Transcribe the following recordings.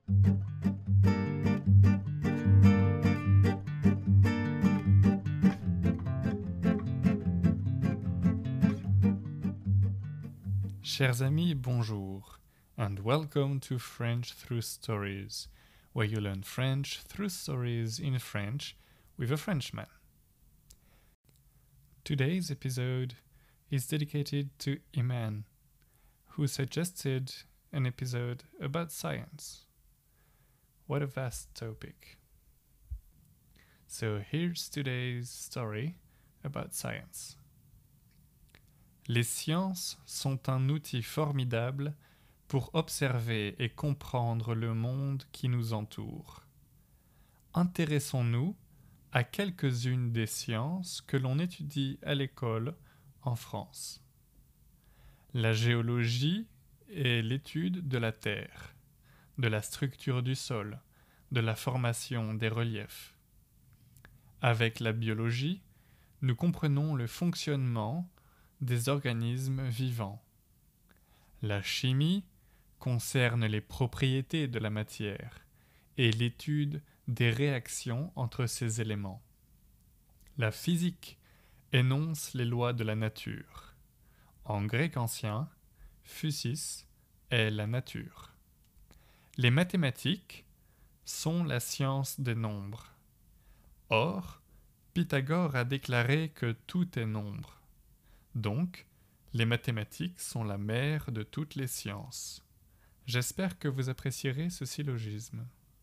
Chers amis, bonjour, and welcome to French Through Stories, where you learn French through stories in French with a Frenchman. Today's episode is dedicated to Iman, who suggested an episode about science. What a vast topic. So here's today's story about science. Les sciences sont un outil formidable pour observer et comprendre le monde qui nous entoure. Intéressons-nous à quelques-unes des sciences que l'on étudie à l'école en France. La géologie est l'étude de la Terre, de la structure du sol, de la formation des reliefs. Avec la biologie, nous comprenons le fonctionnement des organismes vivants. La chimie concerne les propriétés de la matière et l'étude des réactions entre ces éléments. La physique énonce les lois de la nature. En grec ancien, physis est la nature. Les mathématiques sont la science des nombres. Or, Pythagore a déclaré que tout est nombre. Donc, les mathématiques sont la mère de toutes les sciences. J'espère que vous apprécierez ce syllogisme.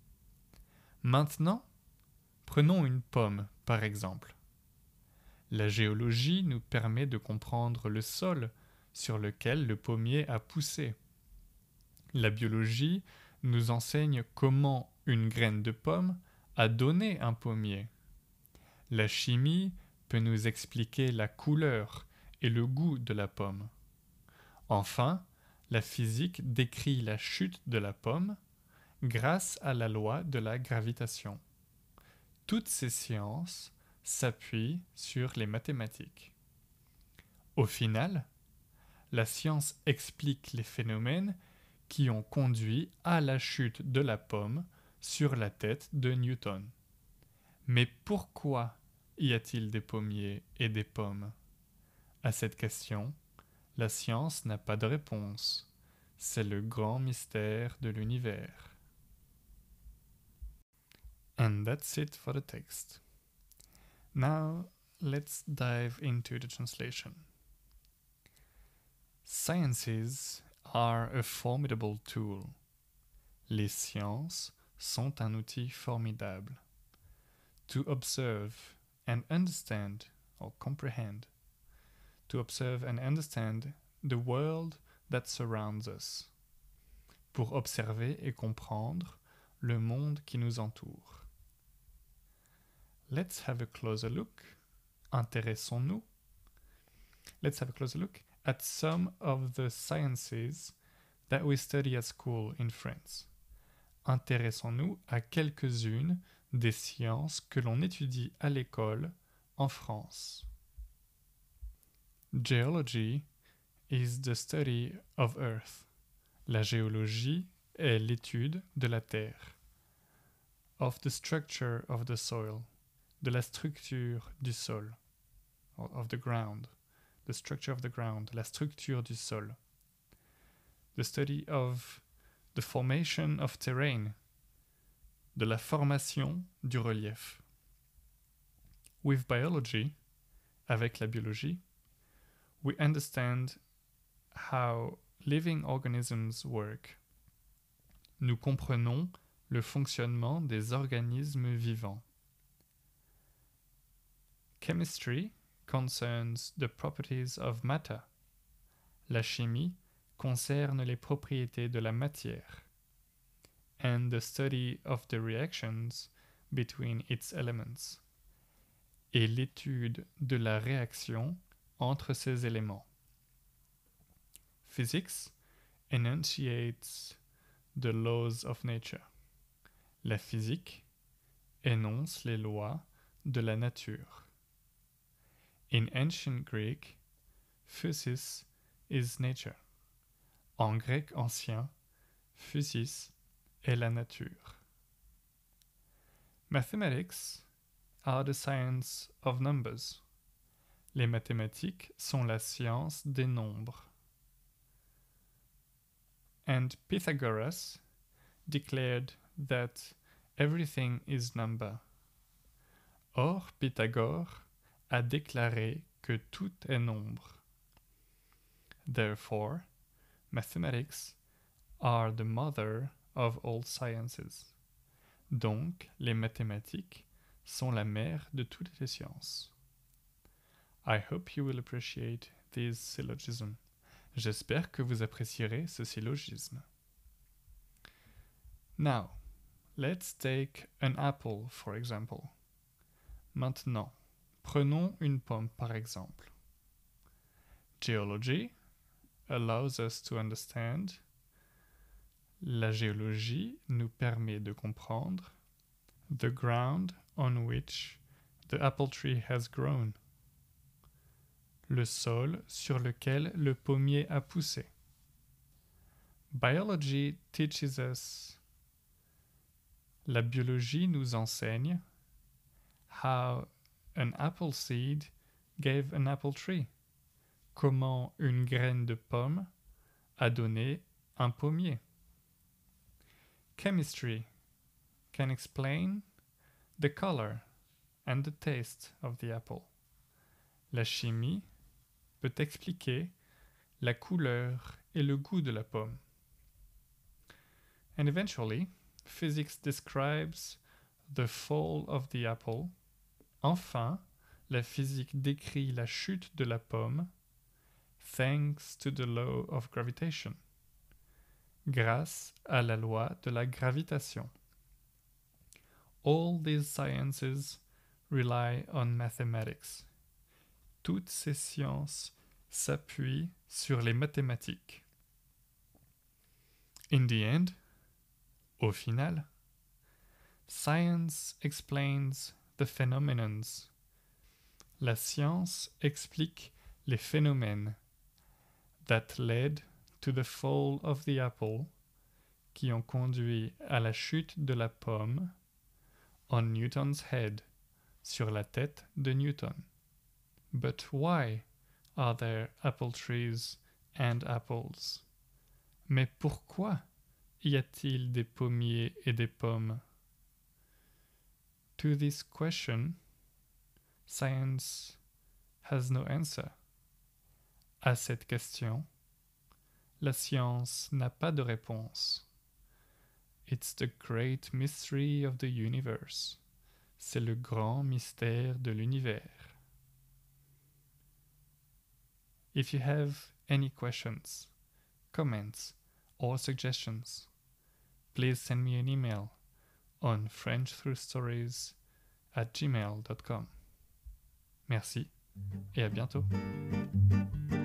Maintenant, prenons une pomme, par exemple. La géologie nous permet de comprendre le sol sur lequel le pommier a poussé. La biologie nous enseigne comment une graine de pomme a donné un pommier. La chimie peut nous expliquer la couleur et le goût de la pomme. Enfin, la physique décrit la chute de la pomme grâce à la loi de la gravitation. Toutes ces sciences s'appuient sur les mathématiques. Au final, la science explique les phénomènes qui ont conduit à la chute de la pomme sur la tête de Newton. Mais pourquoi y a-t-il des pommiers et des pommes ? À cette question, la science n'a pas de réponse. C'est le grand mystère de l'univers. And that's it for the text. Now, let's dive into the translation. Sciences are a formidable tool. Les sciences sont un outil formidable. To observe and understand or comprehend. To observe and understand the world that surrounds us. Pour observer et comprendre le monde qui nous entoure. Let's have a closer look. Intéressons-nous. Let's have a closer look at some of the sciences that we study at school in France. Intéressons-nous à quelques-unes des sciences que l'on étudie à l'école en France. Geology is the study of Earth. La géologie est l'étude de la Terre. Of the structure of the soil. De la structure du sol. Of the ground. The structure of the ground. La structure du sol. The study of the formation of terrain. De la formation du relief. With biology, avec la biologie, we understand how living organisms work. Nous comprenons le fonctionnement des organismes vivants. Chemistry concerns the properties of matter. La chimie concerne les propriétés de la matière. And the study of the reactions between its elements. Et l'étude de la réaction entre ces éléments. Physics enunciates the laws of nature. La physique énonce les lois de la nature. In ancient Greek, physis is nature. En grec ancien, physis est la nature. Mathematics are the science of numbers. Les mathématiques sont la science des nombres. And Pythagoras declared that everything is number. Or, Pythagore a déclaré que tout est nombre. Therefore, mathematics are the mother of all sciences. Donc, les mathématiques sont la mère de toutes les sciences. I hope you will appreciate this syllogism. J'espère que vous apprécierez ce syllogisme. Now, let's take an apple, for example. Maintenant, prenons une pomme, par exemple. Geology allows us to understand. La géologie nous permet de comprendre. The ground on which the apple tree has grown. Le sol sur lequel le pommier a poussé. Biology teaches us. La biologie nous enseigne how an apple seed gave an apple tree. Comment une graine de pomme a donné un pommier. Chemistry can explain the color and the taste of the apple. La chimie peut expliquer la couleur et le goût de la pomme. And eventually, physics describes the fall of the apple. Enfin, la physique décrit la chute de la pomme, thanks to the law of gravitation, grâce à la loi de la gravitation. All these sciences rely on mathematics. Toutes ces sciences s'appuient sur les mathématiques. In the end, au final, science explains the phenomenons. La science explique les phénomènes that led to the fall of the apple, qui ont conduit à la chute de la pomme on Newton's head, sur la tête de Newton. But why are there apple trees and apples? Mais pourquoi y a-t-il des pommiers et des pommes? To this question, science has no answer. À cette question, la science n'a pas de réponse. It's the great mystery of the universe. C'est le grand mystère de l'univers. If you have any questions, comments, or suggestions, please send me an email on frenchthroughstories@gmail.com. Merci et à bientôt.